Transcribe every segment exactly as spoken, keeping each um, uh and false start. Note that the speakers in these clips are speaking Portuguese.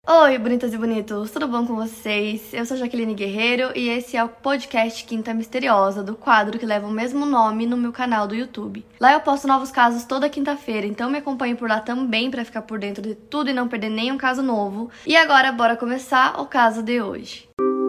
Oi, bonitas e bonitos, tudo bom com vocês? Eu sou Jaqueline Guerreiro e esse é o podcast Quinta Misteriosa, do quadro que leva o mesmo nome no meu canal do YouTube. Lá eu posto novos casos toda quinta-feira, então me acompanhe por lá também pra ficar por dentro de tudo e não perder nenhum caso novo. E agora, bora começar o caso de hoje.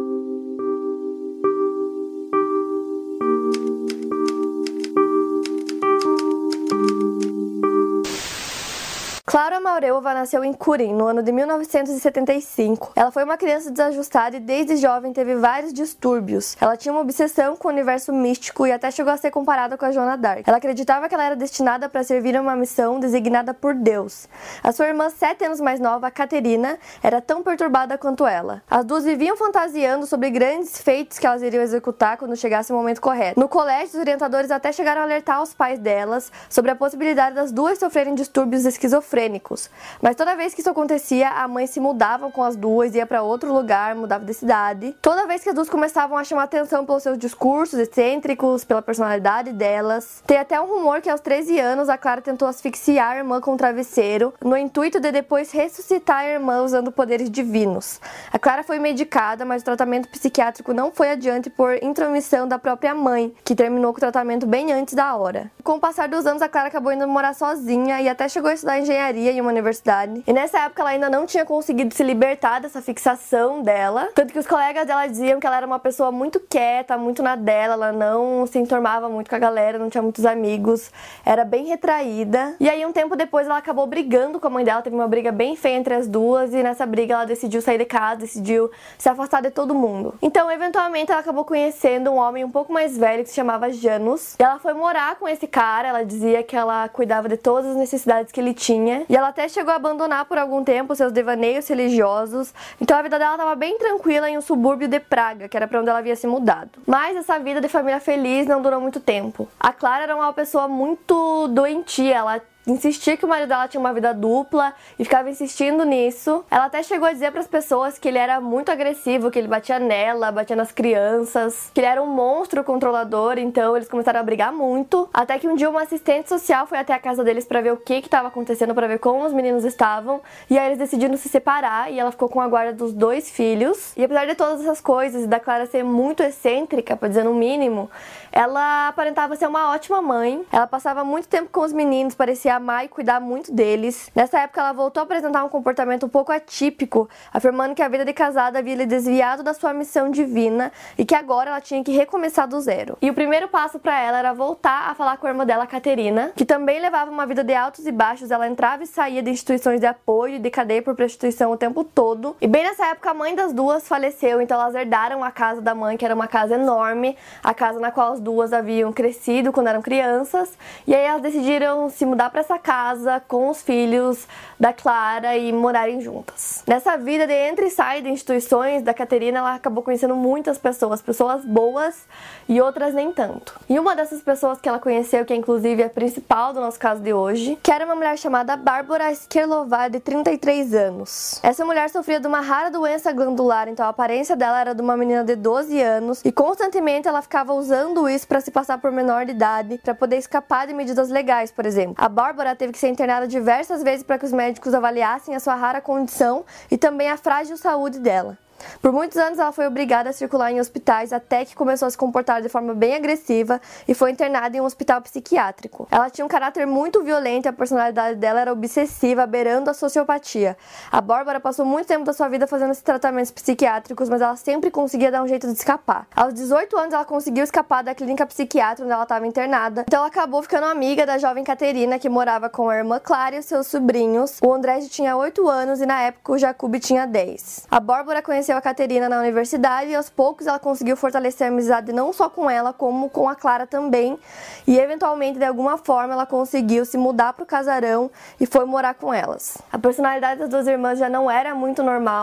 Clara Maureova nasceu em Curim, no ano de mil novecentos e setenta e cinco. Ela foi uma criança desajustada e desde jovem teve vários distúrbios. Ela tinha uma obsessão com o universo místico e até chegou a ser comparada com a Joana d'Arc. Ela acreditava que ela era destinada para servir a uma missão designada por Deus. A sua irmã, sete anos mais nova, Caterina, era tão perturbada quanto ela. As duas viviam fantasiando sobre grandes feitos que elas iriam executar quando chegasse o momento correto. No colégio, os orientadores até chegaram a alertar os pais delas sobre a possibilidade das duas sofrerem distúrbios esquizofrênicos. Mas toda vez que isso acontecia, a mãe se mudava com as duas, ia para outro lugar, mudava de cidade. Toda vez que as duas começavam a chamar atenção pelos seus discursos excêntricos, pela personalidade delas. Tem até um rumor que aos treze anos a Clara tentou asfixiar a irmã com um travesseiro, no intuito de depois ressuscitar a irmã usando poderes divinos. A Clara foi medicada, mas o tratamento psiquiátrico não foi adiante por intromissão da própria mãe, que terminou com o tratamento bem antes da hora. Com o passar dos anos, a Clara acabou indo morar sozinha e até chegou a estudar engenharia em uma universidade. E nessa época ela ainda não tinha conseguido se libertar dessa fixação dela. Tanto que os colegas dela diziam que ela era uma pessoa muito quieta, muito na dela. Ela não se enturmava muito com a galera, não tinha muitos amigos. Era bem retraída. E aí um tempo depois ela acabou brigando com a mãe dela. Teve uma briga bem feia entre as duas. E nessa briga ela decidiu sair de casa, decidiu se afastar de todo mundo. Então eventualmente ela acabou conhecendo um homem um pouco mais velho que se chamava Janus. E ela foi morar com esse cara. Ela dizia que ela cuidava de todas as necessidades que ele tinha. E ela até chegou a abandonar por algum tempo seus devaneios religiosos. Então a vida dela estava bem tranquila em um subúrbio de Praga, que era para onde ela havia se mudado. Mas essa vida de família feliz não durou muito tempo. A Clara era uma pessoa muito doentia. Ela insistia que o marido dela tinha uma vida dupla e ficava insistindo nisso. Ela até chegou a dizer para as pessoas que ele era muito agressivo, que ele batia nela, batia nas crianças, que ele era um monstro controlador, então eles começaram a brigar muito. Até que um dia uma assistente social foi até a casa deles para ver o que que estava acontecendo, para ver como os meninos estavam, e aí eles decidiram se separar e ela ficou com a guarda dos dois filhos. E apesar de todas essas coisas e da Clara ser muito excêntrica, para dizer no mínimo, ela aparentava ser uma ótima mãe. Ela passava muito tempo com os meninos, parecia amar e cuidar muito deles. Nessa época ela voltou a apresentar um comportamento um pouco atípico, afirmando que a vida de casada havia lhe desviado da sua missão divina e que agora ela tinha que recomeçar do zero. E o primeiro passo para ela era voltar a falar com a irmã dela, Caterina, que também levava uma vida de altos e baixos. Ela entrava e saía de instituições de apoio e de cadeia por prostituição o tempo todo. E bem nessa época a mãe das duas faleceu, então elas herdaram a casa da mãe, que era uma casa enorme, a casa na qual as duas haviam crescido quando eram crianças. E aí elas decidiram se mudar para essa casa com os filhos da Clara e morarem juntas. Nessa vida de entra e sai de instituições da Caterina, ela acabou conhecendo muitas pessoas, pessoas boas e outras nem tanto. E uma dessas pessoas que ela conheceu, que é inclusive a principal do nosso caso de hoje, que era uma mulher chamada Bárbara Skerlová, de trinta e três anos. Essa mulher sofria de uma rara doença glandular, então a aparência dela era de uma menina de doze anos e constantemente ela ficava usando isso para se passar por menor de idade, para poder escapar de medidas legais, por exemplo. A Bárbara teve que ser internada diversas vezes para que os médicos avaliassem a sua rara condição e também a frágil saúde dela. Por muitos anos ela foi obrigada a circular em hospitais até que começou a se comportar de forma bem agressiva e foi internada em um hospital psiquiátrico. Ela tinha um caráter muito violento e a personalidade dela era obsessiva, beirando a sociopatia. A Bárbara passou muito tempo da sua vida fazendo esses tratamentos psiquiátricos, mas ela sempre conseguia dar um jeito de escapar. Aos dezoito anos ela conseguiu escapar da clínica psiquiátrica onde ela estava internada, então ela acabou ficando amiga da jovem Caterina, que morava com a irmã Clara e os seus sobrinhos. O André tinha oito anos e na época o Jacob tinha dez. A Bárbara conheceu a Caterina na universidade e aos poucos ela conseguiu fortalecer a amizade não só com ela, como com a Clara também, e eventualmente de alguma forma ela conseguiu se mudar para o casarão e foi morar com elas. A personalidade das duas irmãs já não era muito normal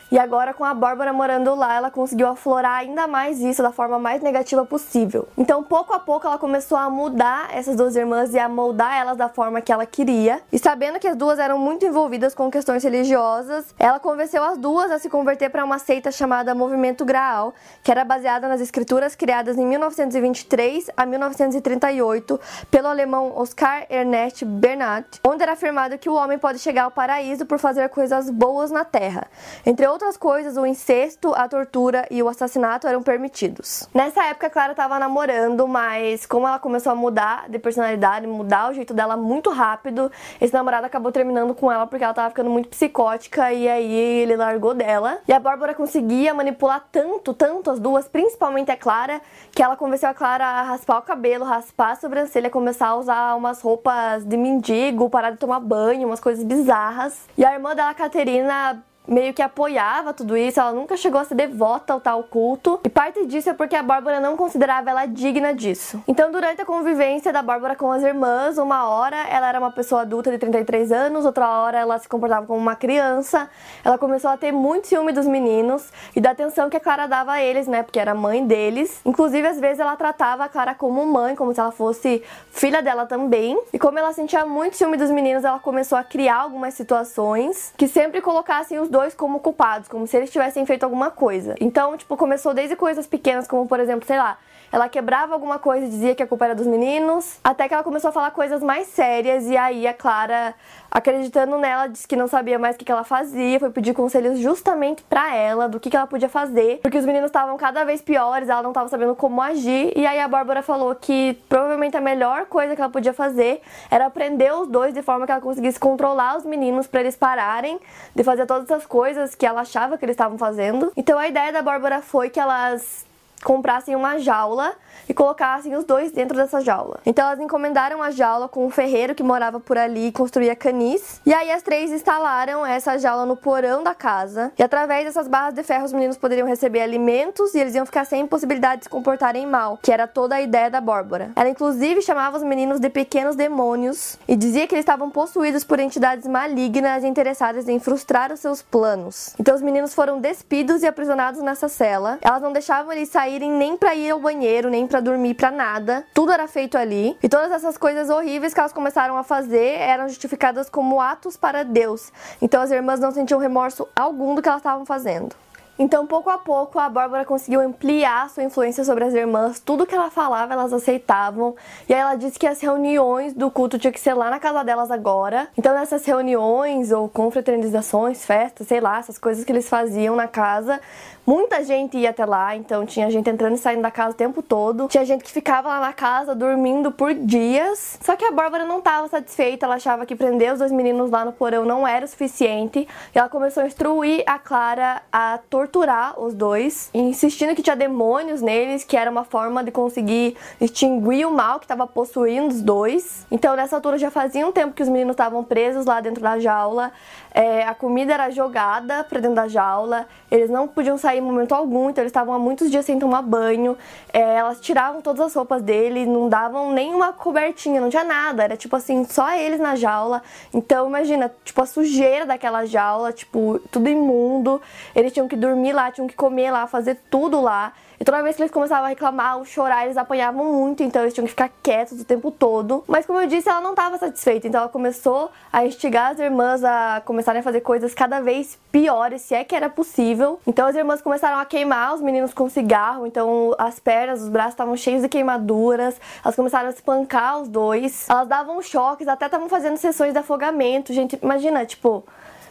E agora, com a Bárbara morando lá, ela conseguiu aflorar ainda mais isso da forma mais negativa possível. Então, pouco a pouco, ela começou a mudar essas duas irmãs e a moldar elas da forma que ela queria. E sabendo que as duas eram muito envolvidas com questões religiosas, ela convenceu as duas a se converter para uma seita chamada Movimento Graal, que era baseada nas escrituras criadas em mil novecentos e vinte e três a mil novecentos e trinta e oito pelo alemão Oskar Ernst Bernhardt, onde era afirmado que o homem pode chegar ao paraíso por fazer coisas boas na Terra. Entre outras coisas, o incesto, a tortura e o assassinato eram permitidos. Nessa época, Clara estava namorando, mas como ela começou a mudar de personalidade, mudar o jeito dela muito rápido, esse namorado acabou terminando com ela porque ela estava ficando muito psicótica e aí ele largou dela. E a Bárbara conseguia manipular tanto, tanto as duas, principalmente a Clara, que ela convenceu a Clara a raspar o cabelo, raspar a sobrancelha, começar a usar umas roupas de mendigo, parar de tomar banho, umas coisas bizarras. E a irmã dela, Caterina, meio que apoiava tudo isso, ela nunca chegou a ser devota ao tal culto, e parte disso é porque a Bárbara não considerava ela digna disso. Então, durante a convivência da Bárbara com as irmãs, uma hora ela era uma pessoa adulta de trinta e três anos, outra hora ela se comportava como uma criança, ela começou a ter muito ciúme dos meninos e da atenção que a Clara dava a eles, né, porque era mãe deles. Inclusive, às vezes ela tratava a Clara como mãe, como se ela fosse filha dela também, e como ela sentia muito ciúme dos meninos, ela começou a criar algumas situações que sempre colocassem os dois dois como culpados, como se eles tivessem feito alguma coisa. Então, tipo, começou desde coisas pequenas, como, por exemplo, sei lá, ela quebrava alguma coisa e dizia que a culpa era dos meninos, até que ela começou a falar coisas mais sérias, e aí a Clara, acreditando nela, disse que não sabia mais o que, que ela fazia, foi pedir conselhos justamente pra ela, do que, que ela podia fazer, porque os meninos estavam cada vez piores, ela não estava sabendo como agir, e aí a Bárbara falou que provavelmente a melhor coisa que ela podia fazer era prender os dois de forma que ela conseguisse controlar os meninos pra eles pararem de fazer todas essas coisas que ela achava que eles estavam fazendo. Então a ideia da Bárbara foi que elas comprassem uma jaula e colocassem os dois dentro dessa jaula. Então elas encomendaram a jaula com um ferreiro que morava por ali e construía canis. E aí as três instalaram essa jaula no porão da casa. E através dessas barras de ferro os meninos poderiam receber alimentos e eles iam ficar sem possibilidade de se comportarem mal, que era toda a ideia da Bárbara. Ela inclusive chamava os meninos de pequenos demônios e dizia que eles estavam possuídos por entidades malignas interessadas em frustrar os seus planos. Então os meninos foram despidos e aprisionados nessa cela. Elas não deixavam eles sair nem pra ir ao banheiro, nem pra dormir, pra nada. Tudo era feito ali. E todas essas coisas horríveis que elas começaram a fazer eram justificadas como atos para Deus. Então as irmãs não sentiam remorso algum do que elas estavam fazendo. Então, pouco a pouco, a Bárbara conseguiu ampliar sua influência sobre as irmãs. Tudo que ela falava, elas aceitavam. E aí ela disse que as reuniões do culto tinha que ser lá na casa delas agora. Então, nessas reuniões ou confraternizações, festas, sei lá, essas coisas que eles faziam na casa, muita gente ia até lá. Então, tinha gente entrando e saindo da casa o tempo todo. Tinha gente que ficava lá na casa dormindo por dias. Só que a Bárbara não estava satisfeita. Ela achava que prender os dois meninos lá no porão não era o suficiente. E ela começou a instruir a Clara a torturar torturar os dois, insistindo que tinha demônios neles, que era uma forma de conseguir extinguir o mal que estava possuindo os dois. Então nessa altura já fazia um tempo que os meninos estavam presos lá dentro da jaula, é, a comida era jogada pra dentro da jaula, eles não podiam sair em momento algum, então eles estavam há muitos dias sem tomar banho, é, elas tiravam todas as roupas deles, não davam nem uma cobertinha, não tinha nada, era tipo assim, só eles na jaula. Então imagina, tipo a sujeira daquela jaula, tipo, tudo imundo, eles tinham que dormir lá, tinham que comer lá, fazer tudo lá. E toda vez que eles começavam a reclamar ou chorar, eles apanhavam muito, então eles tinham que ficar quietos o tempo todo. Mas como eu disse, ela não estava satisfeita, então ela começou a instigar as irmãs a começarem a fazer coisas cada vez piores, se é que era possível. Então as irmãs começaram a queimar os meninos com cigarro, então as pernas, os braços estavam cheios de queimaduras, elas começaram a espancar os dois, elas davam choques, até estavam fazendo sessões de afogamento. Gente, imagina, tipo,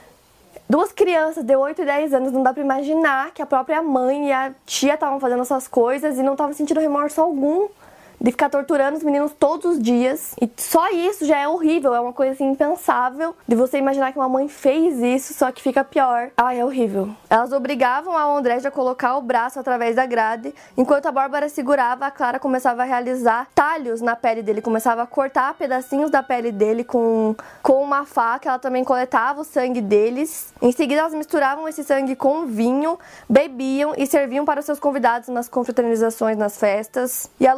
duas crianças de oito e dez anos, não dá pra imaginar que a própria mãe e a tia estavam fazendo essas coisas e não estavam sentindo remorso algum de ficar torturando os meninos todos os dias. E só isso já é horrível, é uma coisa assim impensável de você imaginar que uma mãe fez isso, só que fica pior. Ai, é horrível. Elas obrigavam a Andrés a colocar o braço através da grade, enquanto a Bárbara segurava, a Clara começava a realizar talhos na pele dele, começava a cortar pedacinhos da pele dele com, com uma faca. Ela também coletava o sangue deles. Em seguida, elas misturavam esse sangue com vinho, bebiam e serviam para os seus convidados nas confraternizações, nas festas. E a loucura da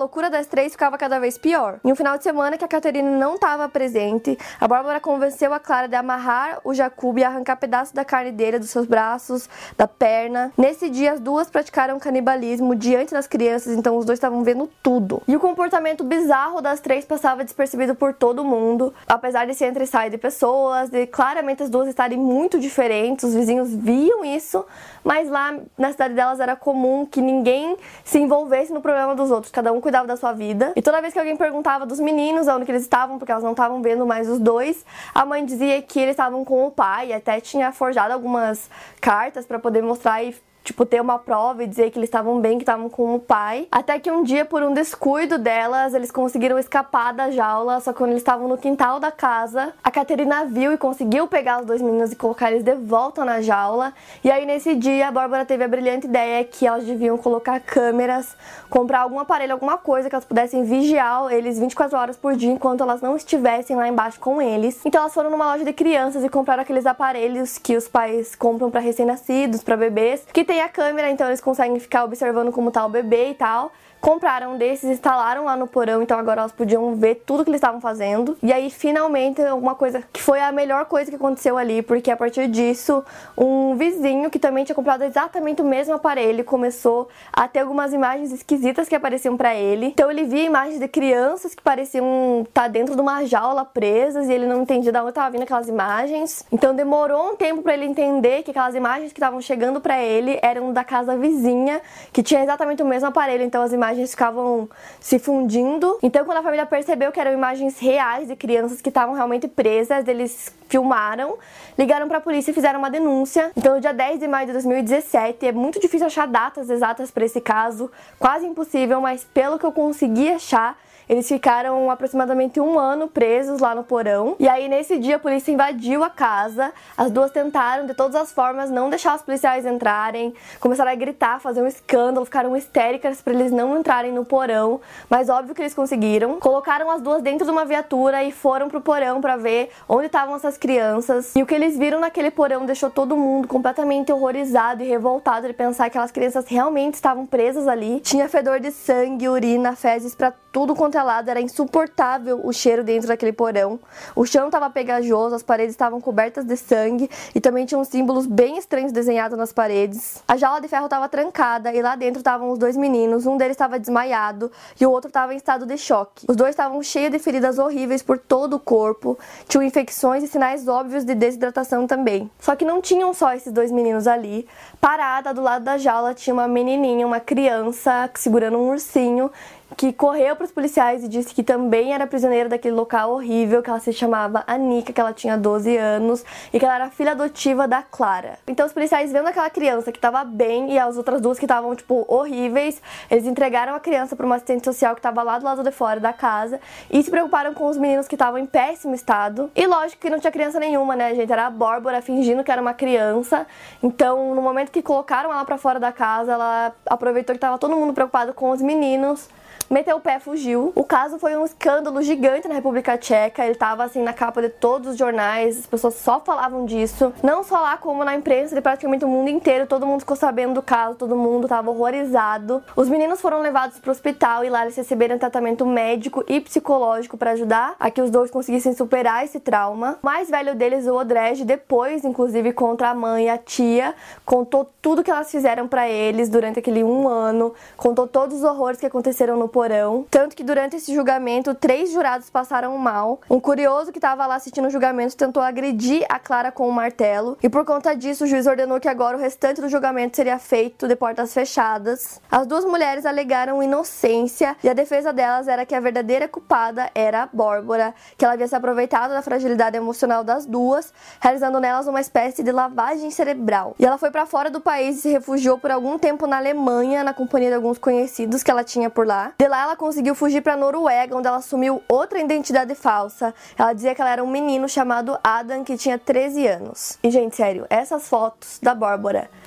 três ficava cada vez pior. Em um final de semana que a Catherine não estava presente, a Bárbara convenceu a Clara de amarrar o Jacob e arrancar pedaços da carne dele, dos seus braços, da perna. Nesse dia, as duas praticaram canibalismo diante das crianças, então os dois estavam vendo tudo. E o comportamento bizarro das três passava despercebido por todo mundo, apesar de ser entre sai de pessoas, de claramente as duas estarem muito diferentes, os vizinhos viam isso, mas lá na cidade delas era comum que ninguém se envolvesse no problema dos outros, cada um cuidava da sua vida. E toda vez que alguém perguntava dos meninos onde que eles estavam, porque elas não estavam vendo mais os dois, a mãe dizia que eles estavam com o pai, até tinha forjado algumas cartas para poder mostrar e tipo, ter uma prova e dizer que eles estavam bem, que estavam com o pai. Até que um dia, por um descuido delas, eles conseguiram escapar da jaula, só que quando eles estavam no quintal da casa, a Caterina viu e conseguiu pegar os dois meninos e colocar eles de volta na jaula. E aí, nesse dia, a Bárbara teve a brilhante ideia que elas deviam colocar câmeras, comprar algum aparelho, alguma coisa que elas pudessem vigiar eles vinte e quatro horas por dia, enquanto elas não estivessem lá embaixo com eles. Então, elas foram numa loja de crianças e compraram aqueles aparelhos que os pais compram para recém-nascidos, para bebês, que tem a câmera, então eles conseguem ficar observando como tá o bebê e tal. Compraram desses, instalaram lá no porão, então agora elas podiam ver tudo que eles estavam fazendo. E aí, finalmente, alguma coisa que foi a melhor coisa que aconteceu ali, porque a partir disso, um vizinho que também tinha comprado exatamente o mesmo aparelho começou a ter algumas imagens esquisitas que apareciam pra ele. Então ele via imagens de crianças que pareciam estar dentro de uma jaula presas e ele não entendia de onde estavam vindo aquelas imagens. Então demorou um tempo pra ele entender que aquelas imagens que estavam chegando pra ele eram da casa vizinha, que tinha exatamente o mesmo aparelho, então as imagens imagens ficavam se fundindo. Então, quando a família percebeu que eram imagens reais de crianças que estavam realmente presas, eles filmaram, ligaram pra polícia e fizeram uma denúncia. Então, no dia dez de maio de dois mil e dezessete, é muito difícil achar datas exatas para esse caso, quase impossível, mas pelo que eu consegui achar, eles ficaram aproximadamente um ano presos lá no porão. E aí, nesse dia, a polícia invadiu a casa. As duas tentaram, de todas as formas, não deixar os policiais entrarem. Começaram a gritar, fazer um escândalo, ficaram histéricas para eles não entrarem no porão. Mas óbvio que eles conseguiram. Colocaram as duas dentro de uma viatura e foram pro porão para ver onde estavam essas crianças. E o que eles viram naquele porão deixou todo mundo completamente horrorizado e revoltado de pensar que aquelas crianças realmente estavam presas ali. Tinha fedor de sangue, urina, fezes pra tudo quanto é lado, era insuportável o cheiro dentro daquele porão. O chão estava pegajoso, as paredes estavam cobertas de sangue e também tinham símbolos bem estranhos desenhados nas paredes. A jaula de ferro estava trancada e lá dentro estavam os dois meninos, um deles estava desmaiado e o outro estava em estado de choque. Os dois estavam cheios de feridas horríveis por todo o corpo, tinham infecções e sinais óbvios de desidratação também. Só que não tinham só esses dois meninos ali. Parada do lado da jaula tinha uma menininha, uma criança segurando um ursinho, que correu para os policiais e disse que também era prisioneira daquele local horrível, que ela se chamava Anica, que ela tinha doze anos e que ela era filha adotiva da Clara. Então os policiais, vendo aquela criança que estava bem e as outras duas que estavam, tipo, horríveis, eles entregaram a criança para uma assistente social que estava lá do lado de fora da casa e se preocuparam com os meninos que estavam em péssimo estado. E lógico que não tinha criança nenhuma, né, gente? Era a Bárbara fingindo que era uma criança. Então, no momento que colocaram ela para fora da casa, ela aproveitou que estava todo mundo preocupado com os meninos, meteu o pé, fugiu. O caso foi um escândalo gigante na República Tcheca. Ele tava assim na capa de todos os jornais, as pessoas só falavam disso. Não só lá, como na imprensa de praticamente o mundo inteiro. Todo mundo ficou sabendo do caso, todo mundo tava horrorizado. Os meninos foram levados pro hospital e lá eles receberam tratamento médico e psicológico para ajudar a que os dois conseguissem superar esse trauma. O mais velho deles, o Odrej, depois, inclusive contra a mãe e a tia, contou tudo que elas fizeram para eles durante aquele um ano, contou todos os horrores que aconteceram no porão. Tanto que durante esse julgamento, três jurados passaram mal. Um curioso que estava lá assistindo o julgamento tentou agredir a Clara com um martelo. E por conta disso, o juiz ordenou que agora o restante do julgamento seria feito de portas fechadas. As duas mulheres alegaram inocência e a defesa delas era que a verdadeira culpada era a Bárbara, que ela havia se aproveitado da fragilidade emocional das duas, realizando nelas uma espécie de lavagem cerebral. E ela foi para fora do país e se refugiou por algum tempo na Alemanha, na companhia de alguns conhecidos que ela tinha por lá. De lá ela conseguiu fugir para Noruega, onde ela assumiu outra identidade falsa. Ela dizia que ela era um menino chamado Adam, que tinha treze anos. E, gente, sério, essas fotos da Bárbara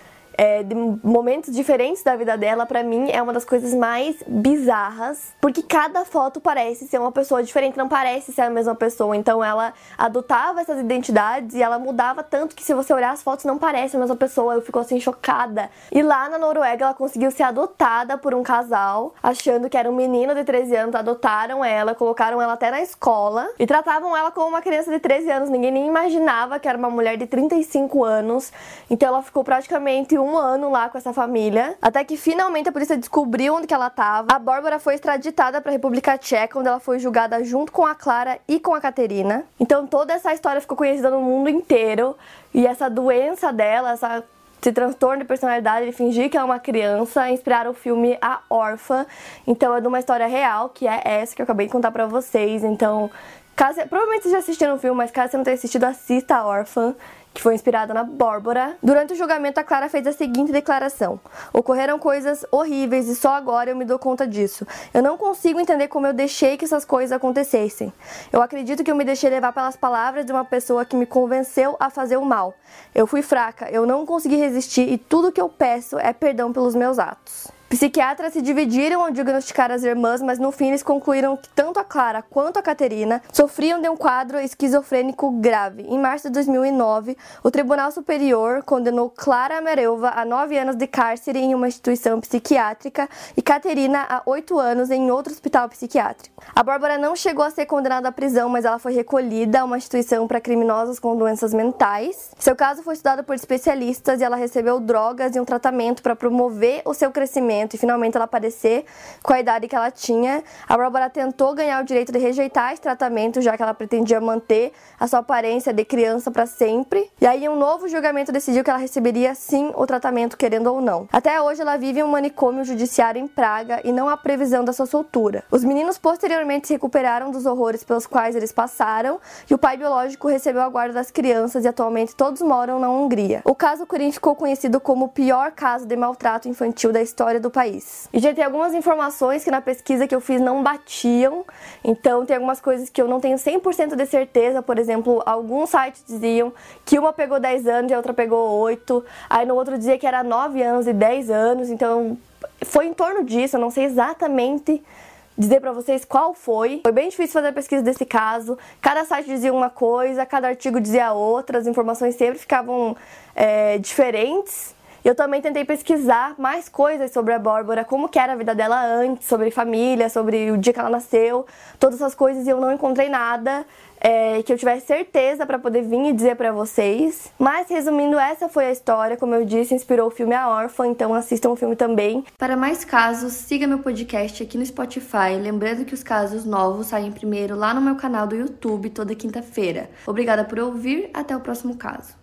é, de momentos diferentes da vida dela, pra mim é uma das coisas mais bizarras, porque cada foto parece ser uma pessoa diferente, não parece ser a mesma pessoa. Então ela adotava essas identidades e ela mudava tanto que se você olhar as fotos não parece a mesma pessoa. Eu fico assim chocada. E lá na Noruega ela conseguiu ser adotada por um casal, achando que era um menino de treze anos, adotaram ela, colocaram ela até na escola e tratavam ela como uma criança de treze anos. Ninguém nem imaginava que era uma mulher de trinta e cinco anos. Então ela ficou praticamente um ano lá com essa família, até que finalmente a polícia descobriu onde que ela estava. A Bárbara foi extraditada para a República Tcheca, onde ela foi julgada junto com a Clara e com a Caterina. Então toda essa história ficou conhecida no mundo inteiro, e essa doença dela, essa esse transtorno de personalidade de fingir que é uma criança, inspiraram o filme A Órfã. Então é de uma história real, que é essa que eu acabei de contar pra vocês. Então, caso, provavelmente vocês já assistiram o filme, mas caso você não tenha assistido, assista A Órfã, que foi inspirada na Bárbara. Durante o julgamento, a Clara fez a seguinte declaração: ocorreram coisas horríveis e só agora eu me dou conta disso. Eu não consigo entender como eu deixei que essas coisas acontecessem. Eu acredito que eu me deixei levar pelas palavras de uma pessoa que me convenceu a fazer o mal. Eu fui fraca, eu não consegui resistir e tudo que eu peço é perdão pelos meus atos. Psiquiatras se dividiram ao diagnosticar as irmãs, mas no fim eles concluíram que tanto a Clara quanto a Caterina sofriam de um quadro esquizofrênico grave. Em março de dois mil e nove, o Tribunal Superior condenou Clara Merelva a nove anos de cárcere em uma instituição psiquiátrica e Caterina a oito anos em outro hospital psiquiátrico. A Bárbara não chegou a ser condenada à prisão, mas ela foi recolhida a uma instituição para criminosos com doenças mentais. Seu caso foi estudado por especialistas e ela recebeu drogas e um tratamento para promover o seu crescimento e finalmente ela aparecer com a idade que ela tinha. A Bárbara tentou ganhar o direito de rejeitar esse tratamento, já que ela pretendia manter a sua aparência de criança para sempre. E aí um novo julgamento decidiu que ela receberia sim o tratamento, querendo ou não. Até hoje ela vive em um manicômio judiciário em Praga e não há previsão da sua soltura. Os meninos posteriormente se recuperaram dos horrores pelos quais eles passaram e o pai biológico recebeu a guarda das crianças e atualmente todos moram na Hungria. O caso Curim ficou conhecido como o pior caso de maltrato infantil da história do país. E já tem algumas informações que na pesquisa que eu fiz não batiam, então tem algumas coisas que eu não tenho cem por cento de certeza. Por exemplo, alguns sites diziam que uma pegou dez anos e a outra pegou oito, aí no outro dizia que era nove anos e dez anos, então foi em torno disso, eu não sei exatamente dizer pra vocês qual foi. Foi bem difícil fazer a pesquisa desse caso, cada site dizia uma coisa, cada artigo dizia outra, as informações sempre ficavam é, diferentes. Eu também tentei pesquisar mais coisas sobre a Bárbara, como que era a vida dela antes, sobre família, sobre o dia que ela nasceu, todas essas coisas, e eu não encontrei nada é, que eu tivesse certeza para poder vir e dizer para vocês. Mas resumindo, essa foi a história, como eu disse, inspirou o filme A Órfã, então assistam o filme também. Para mais casos, siga meu podcast aqui no Spotify, lembrando que os casos novos saem primeiro lá no meu canal do YouTube toda quinta-feira. Obrigada por ouvir, até o próximo caso.